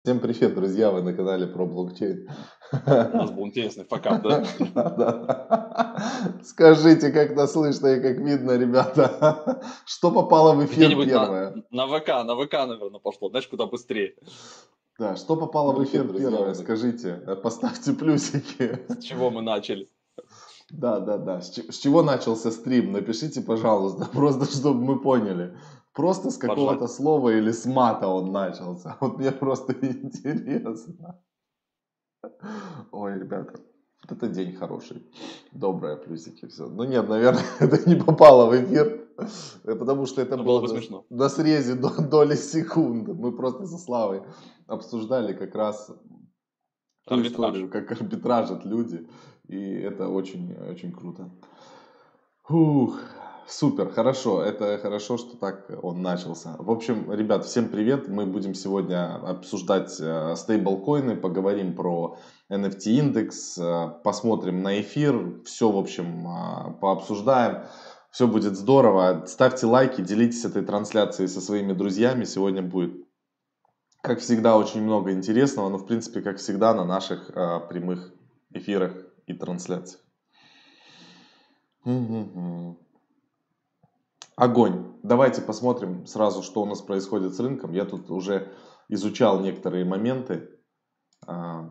Всем привет, друзья! Вы на канале про блокчейн. У нас был интересный факап, да? Да. Скажите, как нас слышно и как видно, ребята? Что попало в эфир Где-нибудь на, первое? на ВК, наверное, пошло. Знаешь, куда быстрее. Да, что попало в эфир первое? Скажите, поставьте плюсики. С чего мы начали? Да. С чего начался стрим? Напишите, пожалуйста, просто чтобы мы поняли. Просто с какого-то Поржать. слова или с мата он начался. Вот мне просто интересно. Ой, ребята, вот это день хороший. Доброе, плюсики, все. Ну нет, наверное, это не попало в эфир, потому что это Ну, было было бы смешно. на срезе доли секунды. Мы просто со Славой обсуждали как раз ту Арбитраж. историю, как арбитражат люди. И это очень, очень круто. Фух, супер, хорошо. Это хорошо, что так он начался. В общем, ребят, всем привет. Мы будем сегодня обсуждать стейблкоины, поговорим про NFT индекс, посмотрим на эфир, все, в общем, пообсуждаем. Все будет здорово. Ставьте лайки, делитесь этой трансляцией со своими друзьями. Сегодня будет, как всегда, очень много интересного, но, в принципе, как всегда, на наших прямых эфирах и трансляциях. Мгм. Огонь. Давайте посмотрим сразу, что у нас происходит с рынком. Я тут уже изучал некоторые моменты. А,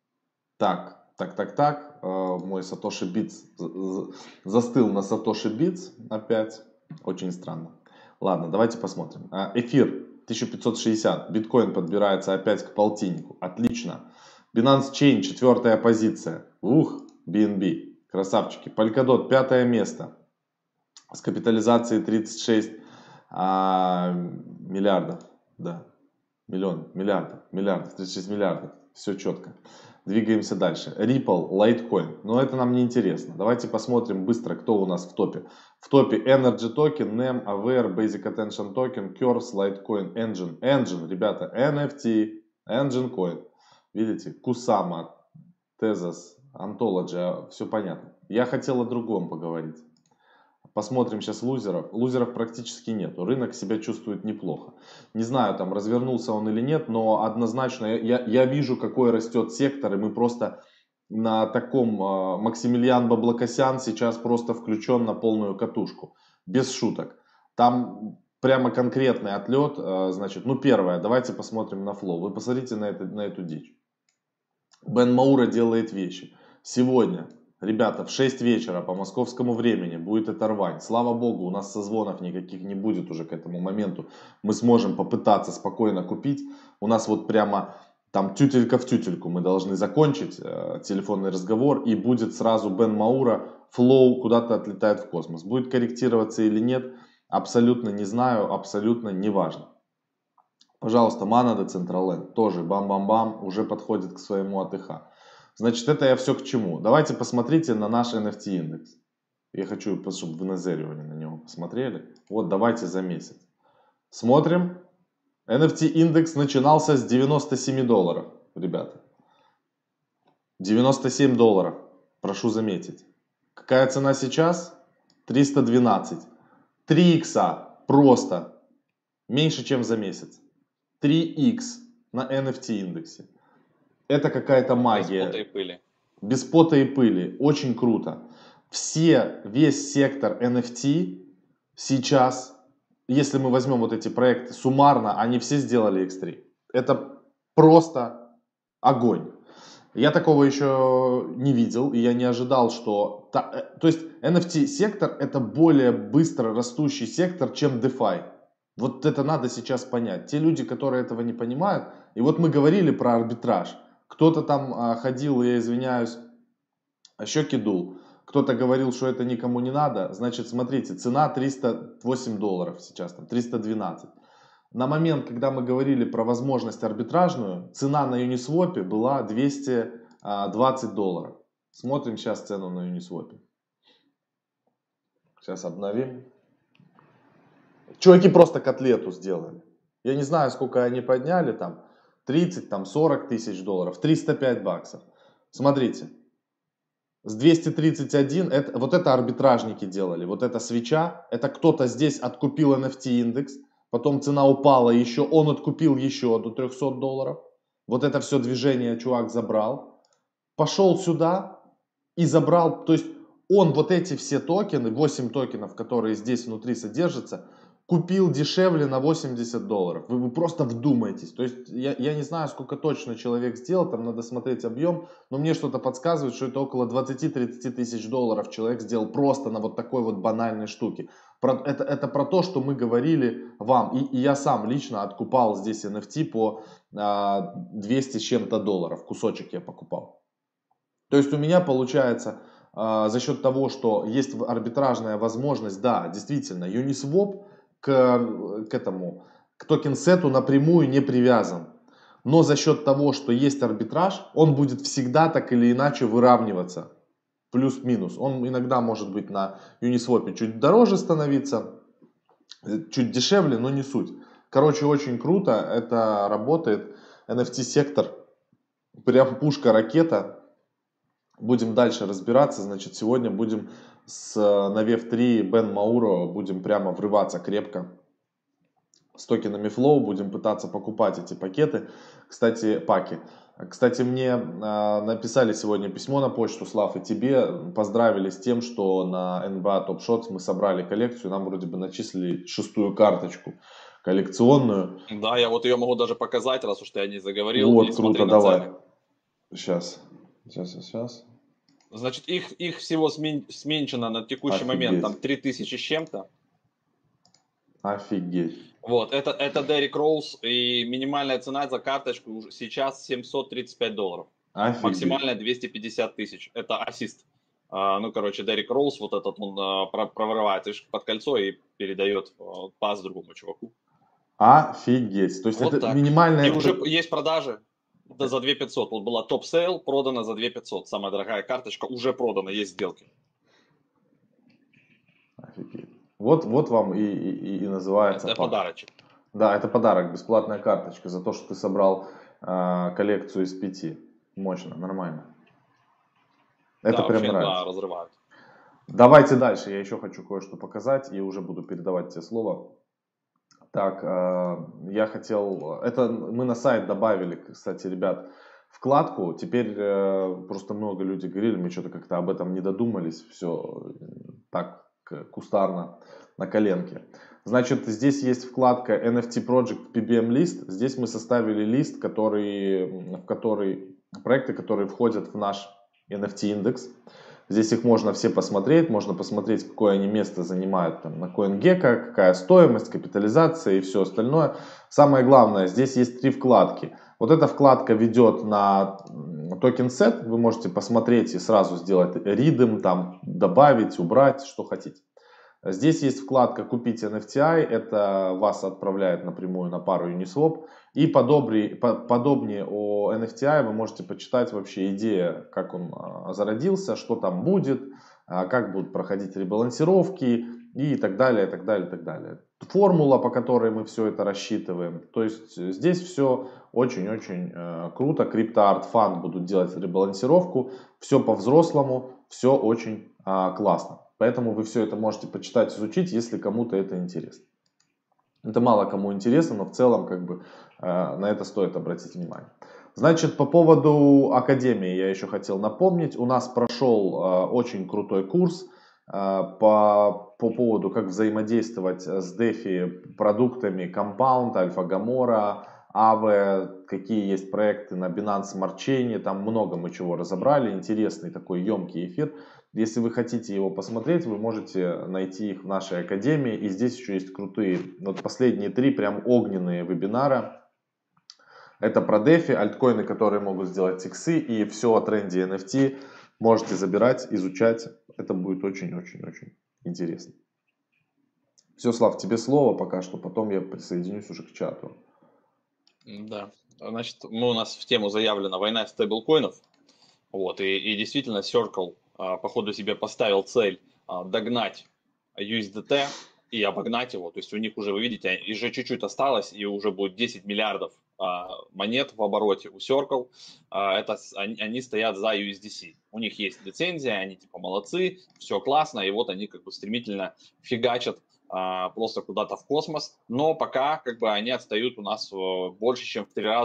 так. Мой Satoshi Bits застыл на Satoshi Bits опять. Очень странно. Ладно, давайте посмотрим. Эфир 1560. Биткоин подбирается опять к полтиннику. Отлично. Binance Chain, 4-я позиция. BNB. Красавчики. Polkadot, 5-е место. С капитализацией 36 миллиардов. Да. Миллиардов. 36 миллиардов. Все четко. Двигаемся дальше. Ripple, Litecoin. Но это нам не интересно. Давайте посмотрим быстро, кто у нас в топе. В топе Energy Token, NEM, Aware, Basic Attention Token, Curves, Litecoin, Engine, ребята, NFT, Engine Coin. Видите? Kusama, Tezos, Ontology. Все понятно. Я хотел о другом поговорить. Посмотрим сейчас лузеров. Лузеров практически нету. Рынок себя чувствует неплохо. Не знаю, там развернулся он или нет, но однозначно я вижу, какой растет сектор, и мы просто на таком Максимилиан Баблокосян сейчас просто включен на полную катушку. Без шуток. Там прямо конкретный отлет. Значит, ну первое, давайте посмотрим на флоу. Вы посмотрите на эту дичь. Бен Маура делает вещи. Сегодня, ребята, в 6 вечера по московскому времени будет эта рвань. Слава богу, у нас созвонов никаких не будет уже к этому моменту. Мы сможем попытаться спокойно купить. У нас вот прямо там тютелька в тютельку мы должны закончить телефонный разговор. И будет сразу Бен Маура, флоу куда-то отлетает в космос. Будет корректироваться или нет, абсолютно не знаю, абсолютно не важно. Пожалуйста, Mana Decentraland тоже бам-бам-бам уже подходит к своему АТХ. Значит, это я все к чему. Давайте посмотрите на наш NFT индекс. Я хочу, чтобы вы на Зерионе на него посмотрели. Вот давайте за месяц. Смотрим. NFT индекс начинался с 97 долларов, ребята. 97 долларов, прошу заметить. Какая цена сейчас? 312. 3 икса просто. Меньше, чем за месяц. 3х на NFT индексе. Это какая-то Без пота и магия. пыли. Без пота и пыли. Очень круто. Весь сектор NFT сейчас, если мы возьмем вот эти проекты суммарно, они все сделали X3. Это просто огонь. Я такого еще не видел, и я не ожидал, что... То есть NFT сектор это более быстро растущий сектор, чем DeFi. Вот это надо сейчас понять. Те люди, которые этого не понимают, и вот мы говорили про арбитраж. Кто-то там ходил, я извиняюсь, щеки дул. Кто-то говорил, что это никому не надо. Значит, смотрите, цена 308 долларов сейчас, там 312. На момент, когда мы говорили про возможность арбитражную, цена на Uniswap была 220 долларов. Смотрим сейчас цену на Uniswap. Сейчас обновим. Чуваки просто котлету сделали. Я не знаю, сколько они подняли там. 30, там 40 тысяч долларов. 305 баксов. Смотрите. С 231, вот это арбитражники делали. Вот эта свеча. Это кто-то здесь откупил NFT индекс. Потом цена упала еще. Он откупил еще до 300 долларов. вот это все движение чувак забрал, пошел сюда и забрал, то есть он вот эти все токены, 8 токенов, которые здесь внутри содержатся, купил дешевле на $80. Вы просто вдумайтесь. То есть я не знаю, сколько точно человек сделал, там надо смотреть объем, но мне что-то подсказывает, что это около 20-30 тысяч долларов человек сделал просто на вот такой вот банальной штуке. Это про то, что мы говорили вам. И я сам лично откупал здесь NFT по 200 с чем-то долларов. Кусочек я покупал. То есть у меня получается за счет того, что есть арбитражная возможность, да, действительно, Uniswap к токен-сету напрямую не привязан. Но за счет того, что есть арбитраж, он будет всегда так или иначе выравниваться. Плюс-минус. Он иногда может быть на Uniswap чуть дороже становиться, чуть дешевле, но не суть. Короче, очень круто. Это работает. NFT-сектор. Прям пушка-ракета. Будем дальше разбираться. Значит, сегодня будем на VF3 Бен Мауро будем прямо врываться крепко с токенами Flow, будем пытаться покупать эти пакеты, паки. Кстати, мне написали сегодня письмо на почту, Слав, и тебе поздравили с тем, что на NBA Top Shots мы собрали коллекцию, нам вроде бы начислили 6-ю карточку коллекционную. Да, я вот ее могу даже показать, раз уж я не заговорил. Вот, И смотри круто, на давай. цены. Сейчас. Значит, их всего сменчено на текущий момент там 3000 с чем-то. Офигеть. Вот, это Дерек Роуз, и минимальная цена за карточку сейчас $735. Офигеть. Максимальная 250 тысяч. Это ассист. Ну, короче, Дерек Роуз, вот этот, он прорывает под кольцо и передает пас другому чуваку. Офигеть. То есть Вот это так. минимальная... И уже есть продажи. Да, за 2500. Вот была топ-сейл, продана за 2500. Самая дорогая карточка уже продана, есть сделки. Офигеть. Вот вам и называется это подарочек. Да, это подарок, бесплатная карточка за то, что ты собрал коллекцию из 5. Мощно, нормально. Это да, прям вообще, нравится. Да, разрывают. Давайте дальше, я еще хочу кое-что показать и уже буду передавать тебе слово. Так, я хотел... Это мы на сайт добавили, кстати, ребят, вкладку. Теперь просто много людей говорили, мы что-то как-то об этом не додумались. Все так кустарно на коленке. Значит, здесь есть вкладка NFT Project PBM List. Здесь мы составили лист, в который проекты, которые входят в наш NFT индекс. Здесь их можно все посмотреть, можно посмотреть, какое они место занимают там, на CoinGecko, какая стоимость, капитализация и все остальное. Самое главное, здесь есть 3 вкладки. Вот эта вкладка ведет на токен сет, вы можете посмотреть и сразу сделать ридем, там добавить, убрать, что хотите. Здесь есть вкладка «Купить NFTI», это вас отправляет напрямую на пару Uniswap. И подобнее о NFTI вы можете почитать вообще идея, как он зародился, что там будет, как будут проходить ребалансировки и так далее, и так далее, и так далее. Формула, по которой мы все это рассчитываем. То есть здесь все очень-очень круто. CryptoArt Fund будут делать ребалансировку. Все по-взрослому, все очень классно. Поэтому вы все это можете почитать, изучить, если кому-то это интересно. Это мало кому интересно, но в целом как бы на это стоит обратить внимание. Значит, по поводу Академии я еще хотел напомнить. У нас прошел очень крутой курс по поводу, как взаимодействовать с DeFi продуктами Compound, Alpha Gamora, Aave, какие есть проекты на Binance Smart Chain. Там много мы чего разобрали. Интересный такой емкий эфир. Если вы хотите его посмотреть, вы можете найти их в нашей академии. И здесь еще есть крутые, вот последние 3 прям огненные вебинара. Это про DeFi, альткоины, которые могут сделать иксы, и все о тренде NFT. Можете забирать, изучать. Это будет очень-очень-очень интересно. Все, Слав, тебе слово пока что, потом я присоединюсь уже к чату. Да, значит, у нас в тему заявлена война стейблкоинов. Вот, и действительно Circle по ходу себе поставил цель догнать USDT и обогнать его. То есть у них уже, вы видите, уже чуть-чуть осталось, и уже будет 10 миллиардов монет в обороте у Circle. Они стоят за USDC. У них есть лицензия, они типа молодцы, все классно, и вот они как бы стремительно фигачат просто куда-то в космос. Но пока как бы они отстают у нас больше, чем в 3 раза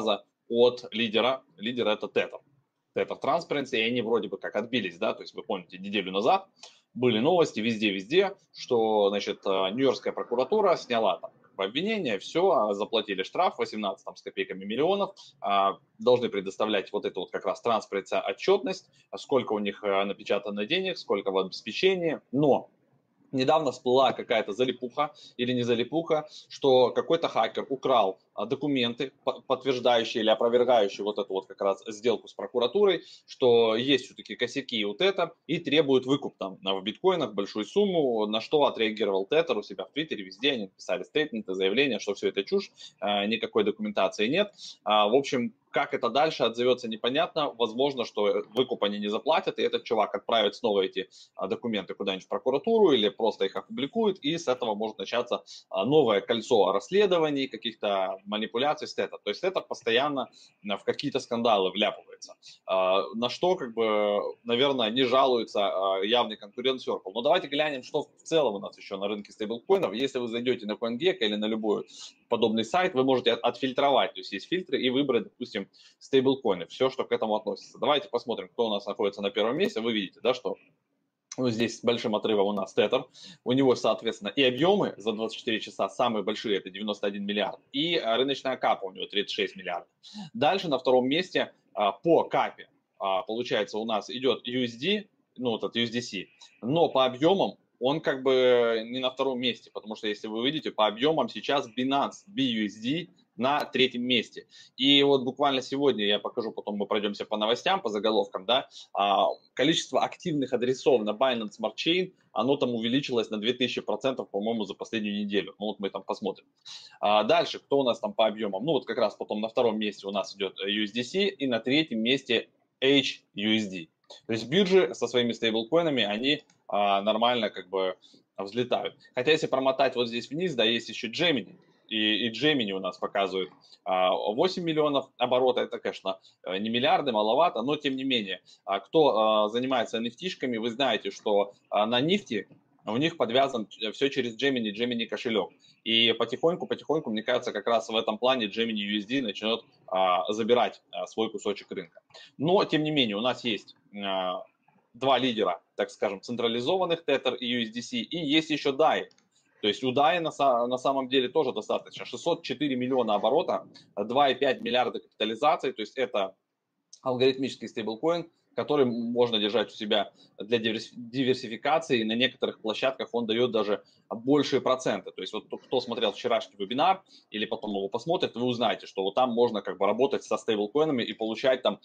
от лидера. Лидер это Tether. Tether Transparency, и они вроде бы как отбились, да, то есть вы помните, неделю назад были новости везде, что, значит, Нью-Йоркская прокуратура сняла там обвинение, все, заплатили штраф 18 там, с копейками миллионов, должны предоставлять вот эту вот как раз транспаrency, отчетность, сколько у них напечатано денег, сколько в обеспечении, но недавно всплыла какая-то залипуха или не залипуха, что какой-то хакер украл документы, подтверждающие или опровергающие вот эту вот как раз сделку с прокуратурой, что есть все-таки косяки у Tether и требуют выкуп там в биткоинах большую сумму, на что отреагировал Tether у себя в Твиттере, везде они писали стейтменты, заявления, что все это чушь, никакой документации нет. В общем, как это дальше отзовется, непонятно. Возможно, что выкуп они не заплатят, и этот чувак отправит снова эти документы куда-нибудь в прокуратуру или просто их опубликует, и с этого может начаться новое кольцо расследований, каких-то манипуляций с Tether. То есть Tether постоянно в какие-то скандалы вляпывается. На что, как бы, наверное, не жалуется явный конкурент Circle. Но давайте глянем, что в целом у нас еще на рынке стейблкоинов. Если вы зайдете на CoinGecko или на любой подобный сайт, вы можете отфильтровать. То есть есть фильтры и выбрать, допустим, стейблкоины, все, что к этому относится. Давайте посмотрим, кто у нас находится на первом месте. Вы видите, да, что здесь с большим отрывом у нас Tether. У него, соответственно, и объемы за 24 часа самые большие, это 91 миллиард, и рыночная капа у него 36 миллиардов. Дальше на втором месте по капе, получается, у нас идет USD, ну, вот этот USDC, но по объемам он как бы не на втором месте, потому что, если вы видите, по объемам сейчас Binance BUSD на третьем месте. И вот буквально сегодня я покажу, потом мы пройдемся по новостям, по заголовкам, да, количество активных адресов на Binance Smart Chain, оно там увеличилось на 2000%, по-моему, за последнюю неделю. Ну вот мы там посмотрим. Дальше, кто у нас там по объемам? Ну вот как раз потом на втором месте у нас идет USDC, и на третьем месте HUSD. То есть биржи со своими стейблкоинами, они нормально как бы взлетают. Хотя если промотать вот здесь вниз, да, есть еще Gemini. И Gemini у нас показывает 8 миллионов оборота. Это, конечно, не миллиарды, маловато, но тем не менее. Кто занимается NFT-шками, вы знаете, что на нефти у них подвязан все через Gemini кошелек. И потихоньку, мне кажется, как раз в этом плане Gemini USD начнет забирать свой кусочек рынка. Но, тем не менее, у нас есть два лидера, так скажем, централизованных Tether и USDC, и есть еще DAI. То есть у DAI на самом деле тоже достаточно. 604 миллиона оборота, 2,5 миллиарда капитализации, то есть это алгоритмический стейблкоин, который можно держать у себя для диверсификации. На некоторых площадках он дает даже большие проценты. То есть вот кто смотрел вчерашний вебинар или потом его посмотрит, вы узнаете, что вот там можно как бы работать со стейблкоинами и получать там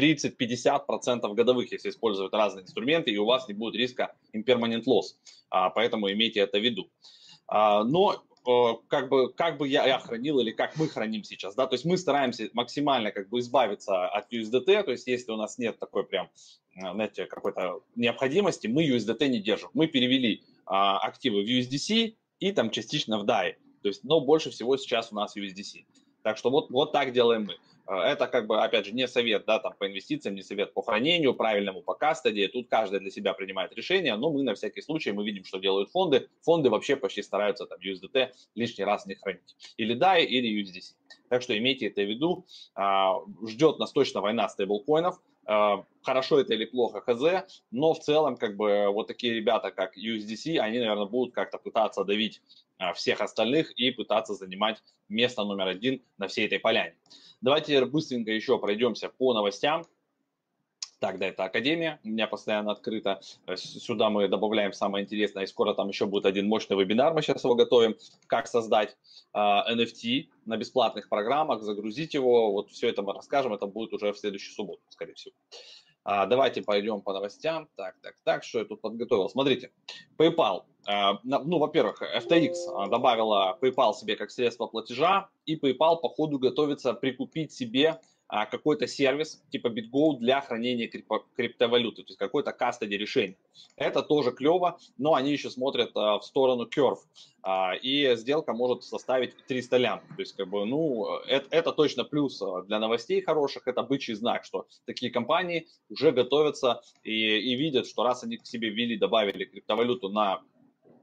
30-50% годовых, если использовать разные инструменты, и у вас не будет риска impermanent loss. Поэтому имейте это в виду. Но как бы я хранил или как мы храним сейчас, да, то есть мы стараемся максимально как бы избавиться от USDT, то есть если у нас нет такой прям, знаете, какой-то необходимости, мы USDT не держим, мы перевели активы в USDC и там частично в DAI, то есть, но больше всего сейчас у нас USDC, так что вот так делаем мы. Это как бы, опять же, не совет, да, там, по инвестициям, не совет по хранению, правильному по кастади. Тут каждый для себя принимает решение, но мы на всякий случай, мы видим, что делают фонды. Фонды вообще почти стараются там USDT лишний раз не хранить. Или DAI, или USDC. Так что имейте это в виду. Ждет нас точно война стейблкоинов. Хорошо это или плохо, хз, но в целом, как бы, вот такие ребята, как USDC, они, наверное, будут как-то пытаться давить всех остальных и пытаться занимать место номер один на всей этой поляне. Давайте быстренько еще пройдемся по новостям. Так, да, это Академия, у меня постоянно открыта. Сюда мы добавляем самое интересное, и скоро там еще будет один мощный вебинар, мы сейчас его готовим, как создать NFT на бесплатных программах, загрузить его, вот все это мы расскажем, это будет уже в следующую субботу, скорее всего. Давайте пойдем по новостям. Так, что я тут подготовил? Смотрите, PayPal. Ну, во-первых, FTX добавила PayPal себе как средство платежа, и PayPal, по ходу, готовится прикупить себе какой-то сервис типа BitGo для хранения криптовалюты, то есть какой-то кастади решение. Это тоже клево, но они еще смотрят в сторону Curve, и сделка может составить 300 лям. То есть, как бы, ну, это точно плюс для новостей хороших, это бычий знак, что такие компании уже готовятся и видят, что раз они к себе ввели, добавили криптовалюту на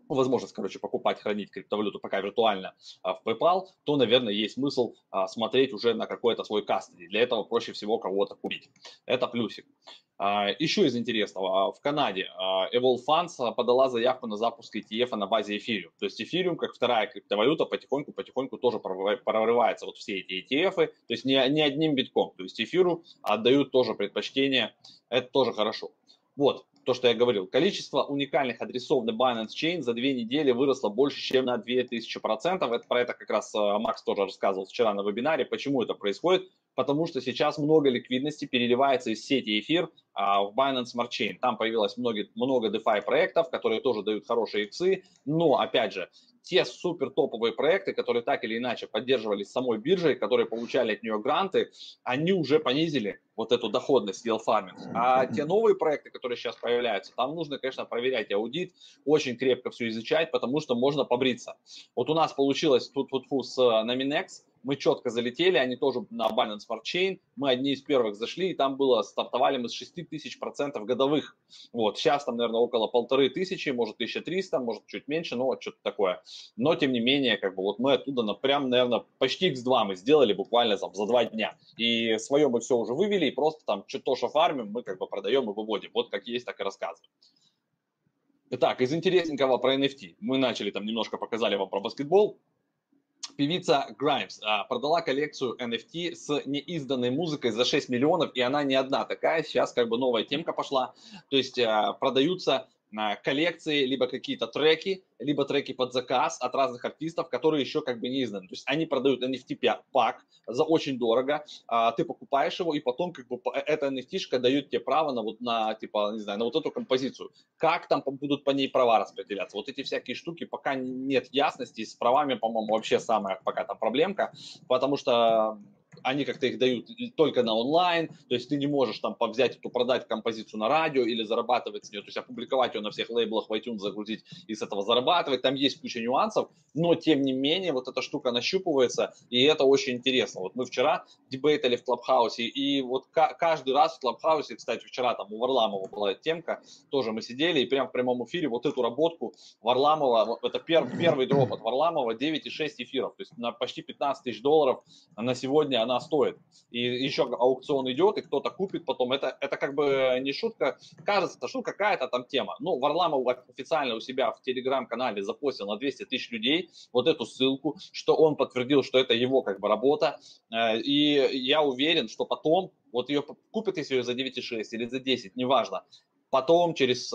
возможность, короче, покупать, хранить криптовалюту пока виртуально в PayPal, то, наверное, есть смысл смотреть уже на какой-то свой кастомер. Для этого проще всего кого-то купить. Это плюсик. Еще из интересного, в Канаде Evolve Funds подала заявку на запуск ETF на базе Ethereum. То есть Ethereum, как вторая криптовалюта, потихоньку тоже прорывается вот все эти ETF, то есть не одним битком. То есть Ethereum отдают тоже предпочтение, это тоже хорошо. Вот, то, что я говорил, количество уникальных адресов на Binance Chain за 2 недели выросло больше, чем на 2000%. Про это как раз Макс тоже рассказывал вчера на вебинаре. Почему это происходит? Потому что сейчас много ликвидности переливается из сети эфир в Binance Smart Chain. Там появилось много DeFi проектов, которые тоже дают хорошие иксы, но, опять же, те супер топовые проекты, которые так или иначе поддерживались самой биржей, которые получали от нее гранты, они уже понизили вот эту доходность yield farming. А те новые проекты, которые сейчас появляются, там нужно, конечно, проверять аудит, очень крепко все изучать, потому что можно побриться. Вот у нас получилось тут с Nominex, мы четко залетели, они тоже на Binance Smart Chain, мы одни из первых зашли, и там стартовали мы с 6000% годовых. Вот, сейчас там, наверное, около 1500, может 1300, может чуть меньше, но вот что-то такое. Но, тем не менее, как бы вот мы оттуда прям, наверное, почти x2 мы сделали буквально там за 2 дня. И свое мы все уже вывели, и просто там что-то фармим, мы как бы продаем и выводим. Вот как есть, так и рассказываем. Итак, из интересненького про NFT. Мы начали там немножко показали вам про баскетбол. Певица Grimes продала коллекцию NFT с неизданной музыкой за 6 миллионов, и она не одна такая. Сейчас как бы новая темка пошла. То есть продаются коллекции, либо какие-то треки, либо треки под заказ от разных артистов, которые еще как бы не изданы. То есть они продают NFT-пак за очень дорого, ты покупаешь его, и потом как бы эта NFT-шка дает тебе право на типа, не знаю, на вот эту композицию. Как там будут по ней права распределяться? Вот эти всякие штуки, пока нет ясности, с правами, по-моему, вообще самая пока там проблемка, потому что они как-то их дают только на онлайн, то есть ты не можешь там взять эту, продать композицию на радио или зарабатывать с нее, то есть опубликовать ее на всех лейблах в iTunes, загрузить и с этого зарабатывать, там есть куча нюансов, но тем не менее вот эта штука нащупывается, и это очень интересно. Вот мы вчера дебейтали в Клабхаусе, и вот каждый раз в Клабхаусе, кстати, вчера там у Варламова была темка, тоже мы сидели, и прямо в прямом эфире вот эту работку Варламова, это первый дроп от Варламова, 9,6 эфиров, то есть на почти 15 тысяч долларов на сегодня она стоит. И еще аукцион идет, и кто-то купит потом. Это как бы не шутка, кажется, что какая-то там тема. Ну, Варламов официально у себя в телеграм-канале запостил на 200 тысяч людей вот эту ссылку, что он подтвердил, что это его как бы работа. И я уверен, что потом, вот ее купят, если ее за 9,6 или за 10, неважно, потом через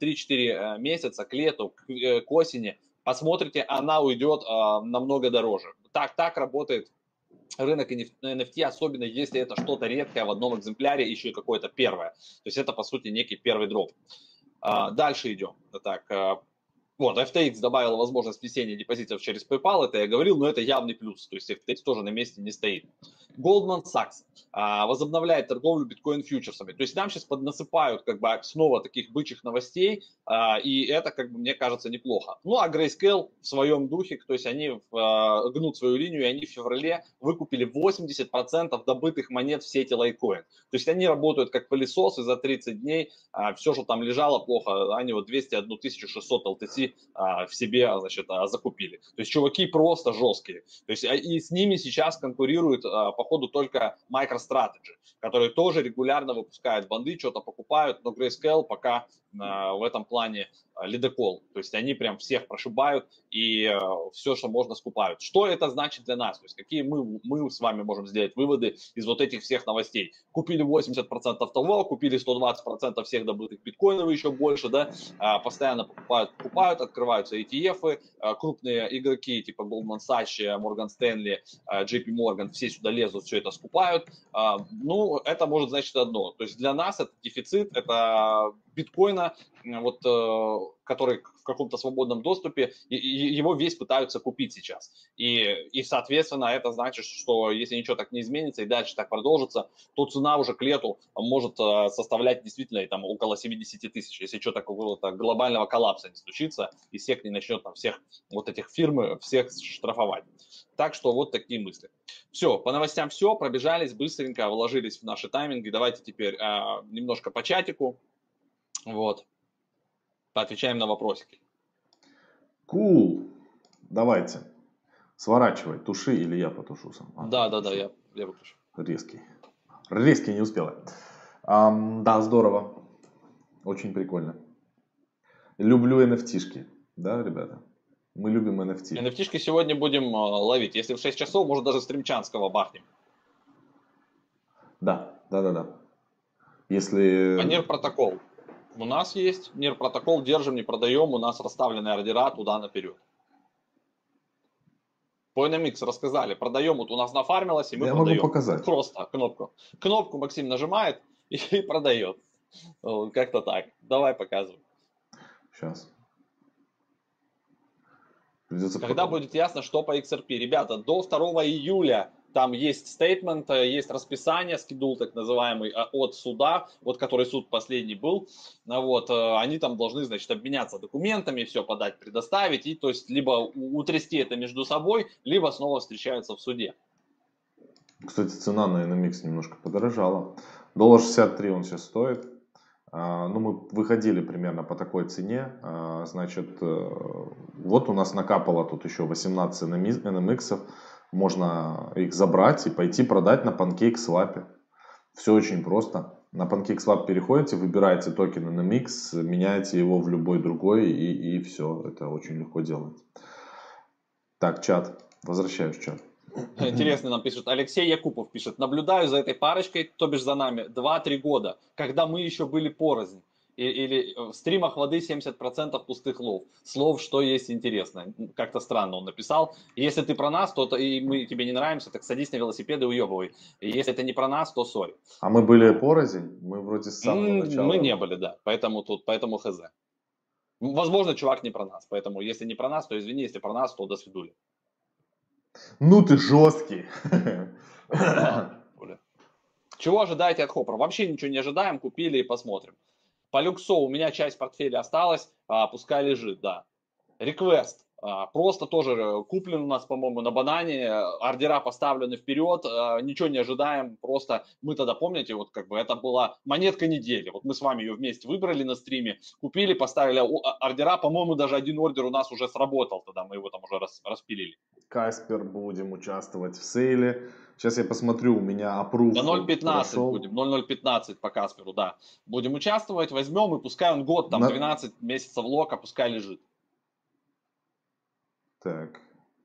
3-4 месяца к лету, к осени, посмотрите, она уйдет намного дороже. Так работает рынок NFT, особенно если это что-то редкое в одном экземпляре, еще и какое-то первое. То есть это, по сути, некий первый дроп. Дальше идем. Так, вот, FTX добавила возможность внесения депозитов через PayPal, это я говорил, но это явный плюс. То есть FTX тоже на месте не стоит. Goldman Sachs возобновляет торговлю биткоин-фьючерсами. То есть нам сейчас поднасыпают как бы снова таких бычьих новостей, и это, как бы, мне кажется, неплохо. Ну, а Grayscale в своем духе, то есть они гнут свою линию, и они в феврале выкупили 80% добытых монет в сети Litecoin. То есть они работают как пылесос, и за 30 дней все, что там лежало плохо, они вот 201 600 LTC в себе, значит, закупили. То есть чуваки просто жесткие. То есть и с ними сейчас конкурирует, походу, только MicroStrategy, которые тоже регулярно выпускают банды, что-то покупают, но Grayscale пока в этом плане ледокол. То есть они прям всех прошибают и все, что можно, скупают. Что это значит для нас? То есть какие мы с вами можем сделать выводы из вот этих всех новостей? Купили 80% того, купили 120% всех добытых биткоинов, еще больше, да, постоянно покупают, открываются ETF, крупные игроки типа Goldman Sachs, Morgan Stanley, JP Morgan, все сюда лезут, все это скупают. Ну, это может значить одно. То есть для нас это дефицит, это биткоина, вот, который в каком-то свободном доступе, его весь пытаются купить сейчас. И, соответственно, это значит, что если ничего так не изменится и дальше так продолжится, то цена уже к лету может составлять действительно там около 70 тысяч, если что-то какого-то глобального коллапса не случится, и SEC не начнет там всех вот этих фирм всех штрафовать. Так что вот такие мысли. Все, по новостям все, пробежались быстренько, вложились в наши тайминги. Давайте теперь немножко по чатику. Вот. Поотвечаем на вопросики. Cool. Давайте. Сворачивай. Туши или я потушу сам. Да, я выключу. Резкий. Резкий не успела. Да, здорово. Очень прикольно. Люблю NFT-шки. Да, ребята? Мы любим NFT. NFT-шки сегодня будем ловить. Если в 6 часов, может даже Стримчанского бахнем. Да. Если... А NIR протокол. У нас есть NIR протокол, держим, не продаем. У нас расставлены ордера туда наперед. По NMX рассказали, продаем, вот у нас нафармилось, и мы продаем. Я могу показать. Просто кнопку. Кнопку Максим нажимает и продает. Как-то так. Давай показывай. Сейчас. Когда будет ясно, что по XRP? Ребята, до 2 июля там есть стейтмент, есть расписание, скидул так называемый от суда, вот который суд последний был. Вот, они там должны, значит, обменяться документами, все подать, предоставить, и то есть либо утрясти это между собой, либо снова встречаются в суде. Кстати, цена на NMX немножко подорожала. $1.63 он сейчас стоит. Ну, мы выходили примерно по такой цене. Значит, вот у нас накапало тут еще 18 NMX. Можно их забрать и пойти продать на PancakeSwap. Все очень просто. На PancakeSwap переходите, выбираете токен NMX, меняете его в любой другой и все. Это очень легко делать. Так, чат. Возвращаюсь в чат. Интересно нам пишет. Алексей Якупов пишет. Наблюдаю за этой парочкой, то бишь за нами, 2-3 года, когда мы еще были порознь. Или в стримах воды 70% пустых слов, что есть интересно. Как-то странно он написал. Если ты про нас, то и мы тебе не нравимся, так садись на велосипед и уебывай. И если это не про нас, то сори. А мы были порознь? Мы вроде с самого начала. Мы не были, да. Поэтому хз. Возможно, чувак не про нас. Поэтому если не про нас, то извини. Если про нас, то до свидули. Ну ты жесткий. Чего ожидаете от Хоппера? Вообще ничего не ожидаем, купили и посмотрим. По Люксо у меня часть портфеля осталась, пускай лежит, да. Request. Просто тоже куплен у нас, по-моему, на банане, ордера поставлены вперед, ничего не ожидаем, просто мы тогда, помните, вот как бы это была монетка недели, вот мы с вами ее вместе выбрали на стриме, купили, поставили ордера, по-моему, даже один ордер у нас уже сработал, тогда мы его там уже распилили. Каспер, будем участвовать в сейле. Сейчас я посмотрю, у меня аппрув до 0.15 будем, 0.015 по Касперу, да. Будем участвовать, возьмем и пускай он год, там 12 месяцев лока, пускай лежит. Так.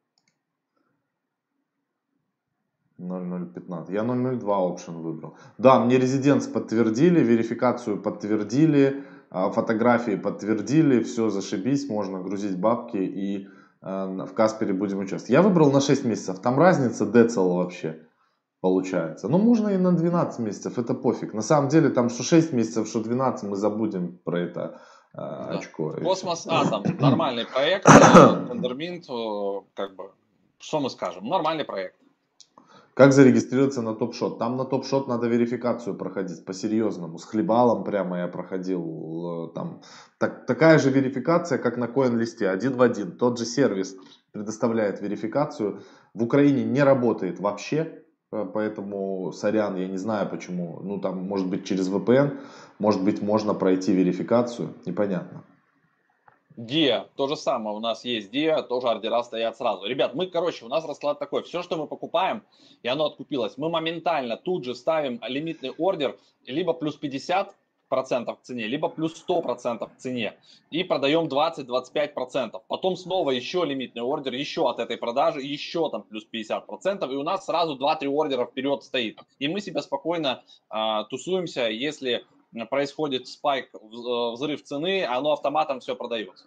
0.015. Я 0.02 option выбрал. Да, мне резиденс подтвердили, верификацию подтвердили, фотографии подтвердили, все, зашибись, можно грузить бабки и в Каспере будем участвовать. Я выбрал на 6 месяцев, там разница децл вообще получается. Но можно и на 12 месяцев, это пофиг. На самом деле там что 6 месяцев, что 12, мы забудем про это очко. Космос Атом, нормальный проект, Тендерминт, как бы, что мы скажем, нормальный проект. Как зарегистрироваться на Топшот? Там на Топшот надо верификацию проходить по-серьезному. С хлебалом прямо я проходил. Там такая же верификация, как на CoinList, один в один. Тот же сервис предоставляет верификацию. В Украине не работает вообще. Поэтому, сорян, я не знаю почему. Ну, там, может быть, через VPN. Может быть, можно пройти верификацию. Непонятно. Диа, то же самое, у нас есть Диа, тоже ордера стоят сразу. Ребят, у нас расклад такой, все, что мы покупаем, и оно откупилось, мы моментально тут же ставим лимитный ордер, либо плюс 50% к цене, либо плюс 100% к цене, и продаем 20-25%. Потом снова еще лимитный ордер, еще от этой продажи, еще там плюс 50%, и у нас сразу 2-3 ордера вперед стоит. И мы себя спокойно тусуемся, если происходит спайк, взрыв цены, оно автоматом все продается.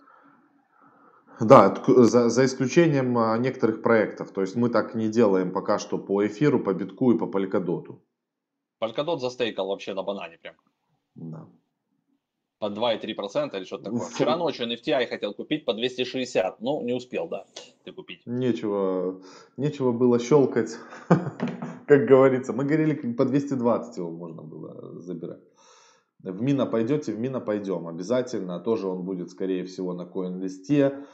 Да, за исключением некоторых проектов. То есть мы так не делаем пока что по эфиру, по битку и по Polkadot. Polkadot застейкал вообще на банане прям. Да. По 2,3% или что-то такое. Вчера ночью NFTI хотел купить по 260. Ну, не успел, да, ты купить. Нечего было щелкать, как говорится. Мы говорили, по 220 его можно было забирать. В Мина пойдете, в Мина пойдем. Обязательно. Тоже он будет, скорее всего, на CoinList.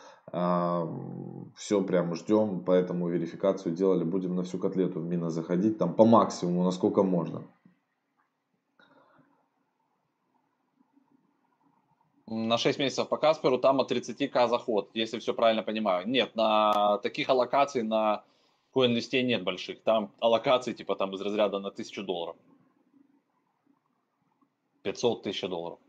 Все прям ждем. Поэтому верификацию делали. Будем на всю котлету в Мина заходить. Там по максимуму, насколько можно. На 6 месяцев по Касперу там от 30к заход, если все правильно понимаю. Нет, на таких аллокаций на CoinList нет больших. Там аллокации типа там из разряда на $1000. 500 тысяч долларов.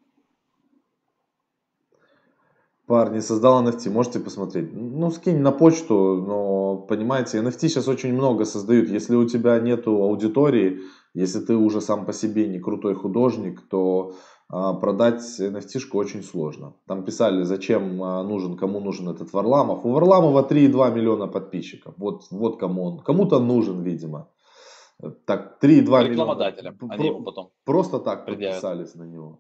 Парни, создал NFT, можете посмотреть. Ну, скинь на почту, но, понимаете, NFT сейчас очень много создают. Если у тебя нету аудитории, если ты уже сам по себе не крутой художник, то продать NFT-шку очень сложно. Там писали, зачем нужен, кому нужен этот Варламов. У Варламова 3,2 миллиона подписчиков. Вот кому он. Кому-то нужен, видимо. Так, 3,2 миллиона. Рекламодателям. Они ему потом Просто так предъявят. подписались на него.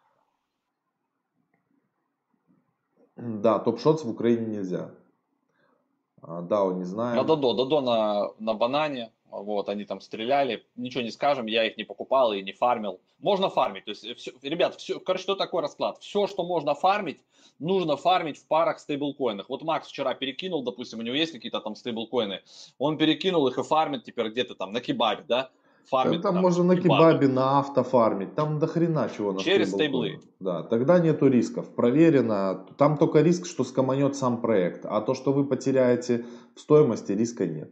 Да, топ-шотс в Украине нельзя. DAO не На знаем. Додо на банане, вот, они там стреляли, ничего не скажем, я их не покупал и не фармил. Можно фармить, то есть, ребят, все, короче, что такое расклад? Все, что можно фармить, нужно фармить в парах стейблкоинах. Вот Макс вчера перекинул, допустим, у него есть какие-то там стейблкоины, он перекинул их и фармит теперь где-то там на кебабе, да? Фармит Там там можно на кебабы. кебабе, на авто фармить. Там до хрена чего на Через стейблкоинах. стейблы. Да, тогда нету рисков. Проверено. Там только риск, что скоманет сам проект. А то, что вы потеряете в стоимости, риска нет.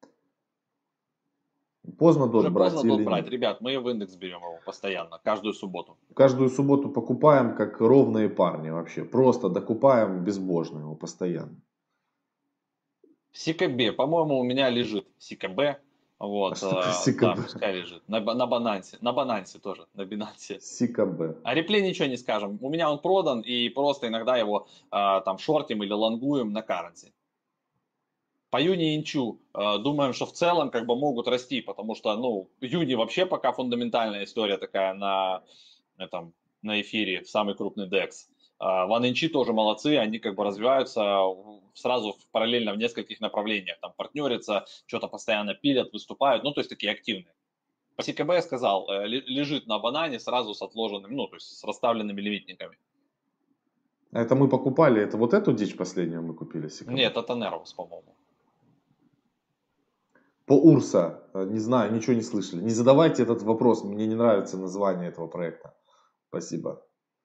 Поздно Уже дот брать поздно или дот брать, нет? ребят, мы в индекс берем его постоянно, каждую субботу. Каждую субботу покупаем, как ровные парни вообще. Просто докупаем безбожно его постоянно. СикБ, по-моему, у меня лежит СикБ. Вот, А что такое да, СикБ? пускай лежит. На Банансе тоже, на Binance. СикБ. А реплей ничего не скажем. У меня он продан, и просто иногда его там шортим или лонгуем на currency. По Юни и Инчу думаем, что в целом как бы могут расти, потому что, ну, Юни вообще пока фундаментальная история такая на эфире, самый крупный DEX. Ван Инчи тоже молодцы, они как бы развиваются сразу параллельно в нескольких направлениях, там партнерятся, что-то постоянно пилят, выступают, ну, то есть такие активные. По СКБ я сказал, лежит на банане сразу с отложенными, ну, то есть с расставленными лимитниками. Это мы покупали, это вот эту дичь последнюю мы купили СикБ? Нет, это Нервус, по-моему. По Урса, не знаю, ничего не слышали. Не задавайте этот вопрос, мне не нравится название этого проекта. Спасибо.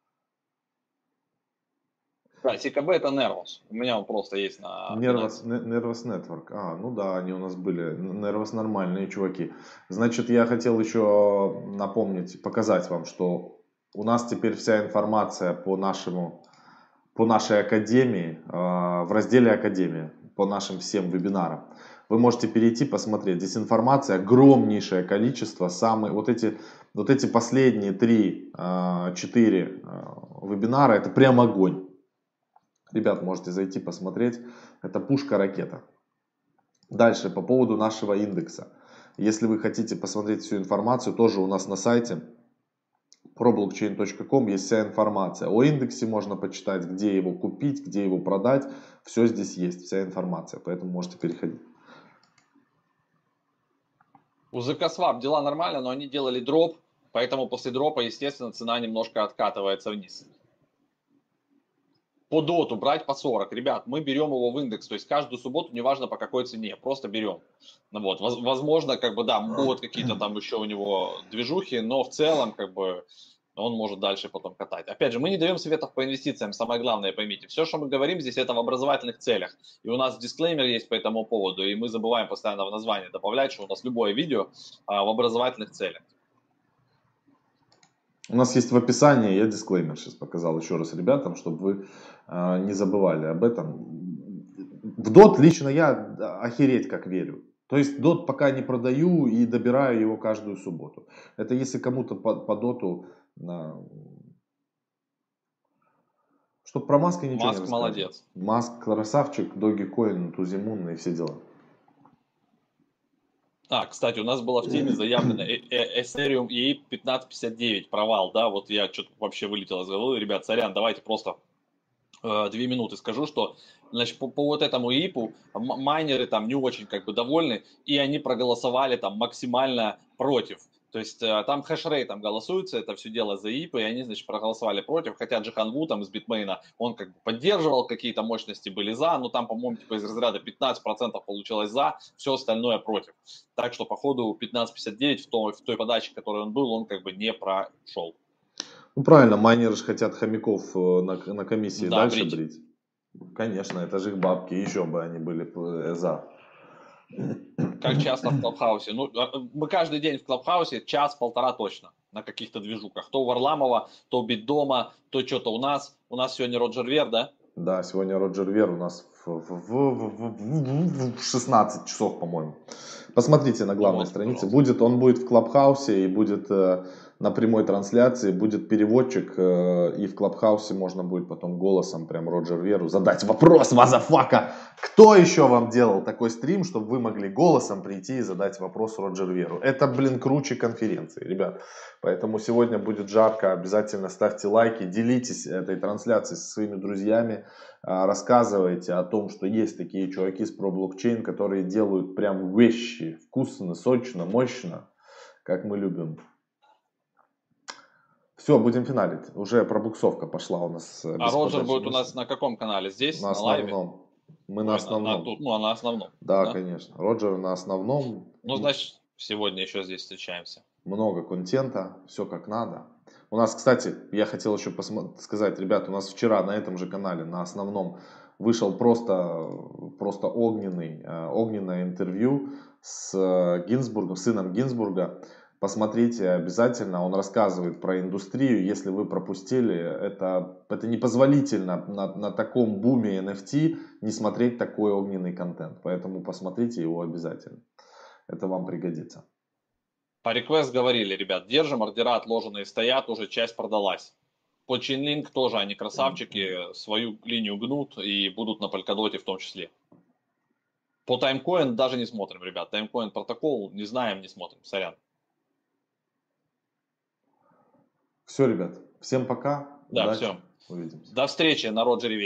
Да, СКБ это Нервус. У меня он просто есть на Binance. Nervous Network. Ну да, они у нас были. Nervous нормальные чуваки. Значит, я хотел еще напомнить, показать вам, что у нас теперь вся информация по нашей академии в разделе Академия, по нашим всем вебинарам. Вы можете перейти, посмотреть. Здесь информация огромнейшее количество. Вот эти последние 3-4 вебинара, это прям огонь. Ребят, можете зайти посмотреть. Это пушка-ракета. Дальше, по поводу нашего индекса. Если вы хотите посмотреть всю информацию, тоже у нас на сайте problockchain.com есть вся информация. О индексе можно почитать, где его купить, где его продать. Все здесь есть, вся информация. Поэтому можете переходить. У ZK дела нормально, но они делали дроп, поэтому после дропа, естественно, цена немножко откатывается вниз. По доту брать по 40. Ребят, мы берем его в индекс, то есть каждую субботу, неважно по какой цене, просто берем. Вот. Возможно, как бы, да, будут какие-то там еще у него движухи, но в целом, как бы, он может дальше потом катать. Опять же, мы не даем советов по инвестициям, самое главное, поймите. Все, что мы говорим здесь, это в образовательных целях. И у нас дисклеймер есть по этому поводу, и мы забываем постоянно в названии добавлять, что у нас любое видео в образовательных целях. У нас есть в описании, я дисклеймер сейчас показал еще раз ребятам, чтобы вы не забывали об этом. В DOT лично я охереть как верю. То есть DOT пока не продаю и добираю его каждую субботу. Это если кому-то по DOT, чтобы про Маска ничего Маск не рассказывать. молодец. Маск красавчик, Dogecoin, Тузимун и все дела. Кстати, у нас было в теме заявлено Ethereum и 1559 провал, да, вот я что-то вообще вылетел из головы. Ребят, сорян, давайте просто 2 минуты скажу, что, значит, по вот этому ИИПу майнеры там не очень как бы довольны, и они проголосовали там максимально против. То есть там хешрейтом голосуется, это все дело за ИИП, и они, значит, проголосовали против, хотя Джихан Ву там из Битмейна, он как бы поддерживал, какие-то мощности были за, но там, по-моему, типа из разряда 15% получилось за, все остальное против. Так что, по ходу 1559 в той подаче, в которой он был, он как бы не прошел. Ну правильно, майнеры же хотят хомяков на комиссии Да, дальше брить. брить. Конечно, это же их бабки, еще бы они были за. Как часто в Клабхаусе? Ну, мы каждый день в Клабхаусе час-полтора точно на каких-то движуках. То у Варламова, то у Битдома, то что-то у нас. У нас сегодня Роджер Вер, да? Да, сегодня Роджер Вер у нас в 16 часов, по-моему. Посмотрите на главной Вот, странице. пожалуйста. Он будет в Клабхаусе и будет на прямой трансляции, будет переводчик, и в Клабхаусе можно будет потом голосом прям Роджер Веру задать вопрос, мазафака. Кто еще вам делал такой стрим, чтобы вы могли голосом прийти и задать вопрос Роджер Веру? Это, блин, круче конференции, ребят. Поэтому сегодня будет жарко. Обязательно ставьте лайки, делитесь этой трансляцией со своими друзьями. Рассказывайте о том, что есть такие чуваки с ProBlockchain, которые делают прям вещи вкусно, сочно, мощно, как мы любим. Все, будем финалить. Уже пробуксовка пошла у нас А без Роджер подачи будет у мыши. нас на каком канале? Здесь, На на лайве? основном. Мы на Ой, основном. тут, ну, на основном. Да, Да? конечно. Роджер на основном. Ну, значит, сегодня еще здесь встречаемся. Много контента, все как надо. У нас, кстати, я хотел еще сказать, ребят, у нас вчера на этом же канале, на основном, вышел просто огненное интервью с Гинзбургом, сыном Гинзбурга. Посмотрите обязательно, он рассказывает про индустрию. Если вы пропустили, это непозволительно на таком буме NFT не смотреть такой огненный контент. Поэтому посмотрите его обязательно. Это вам пригодится. По реквест говорили, ребят, держим, ордера отложенные стоят, уже часть продалась. По Chainlink тоже они красавчики, свою линию гнут и будут на Polkadot в том числе. По Timecoin даже не смотрим, ребят. Timecoin протокол не знаем, не смотрим. Сорян. Все, ребят, всем пока, Да, удачи, все. увидимся. До встречи на Роджере.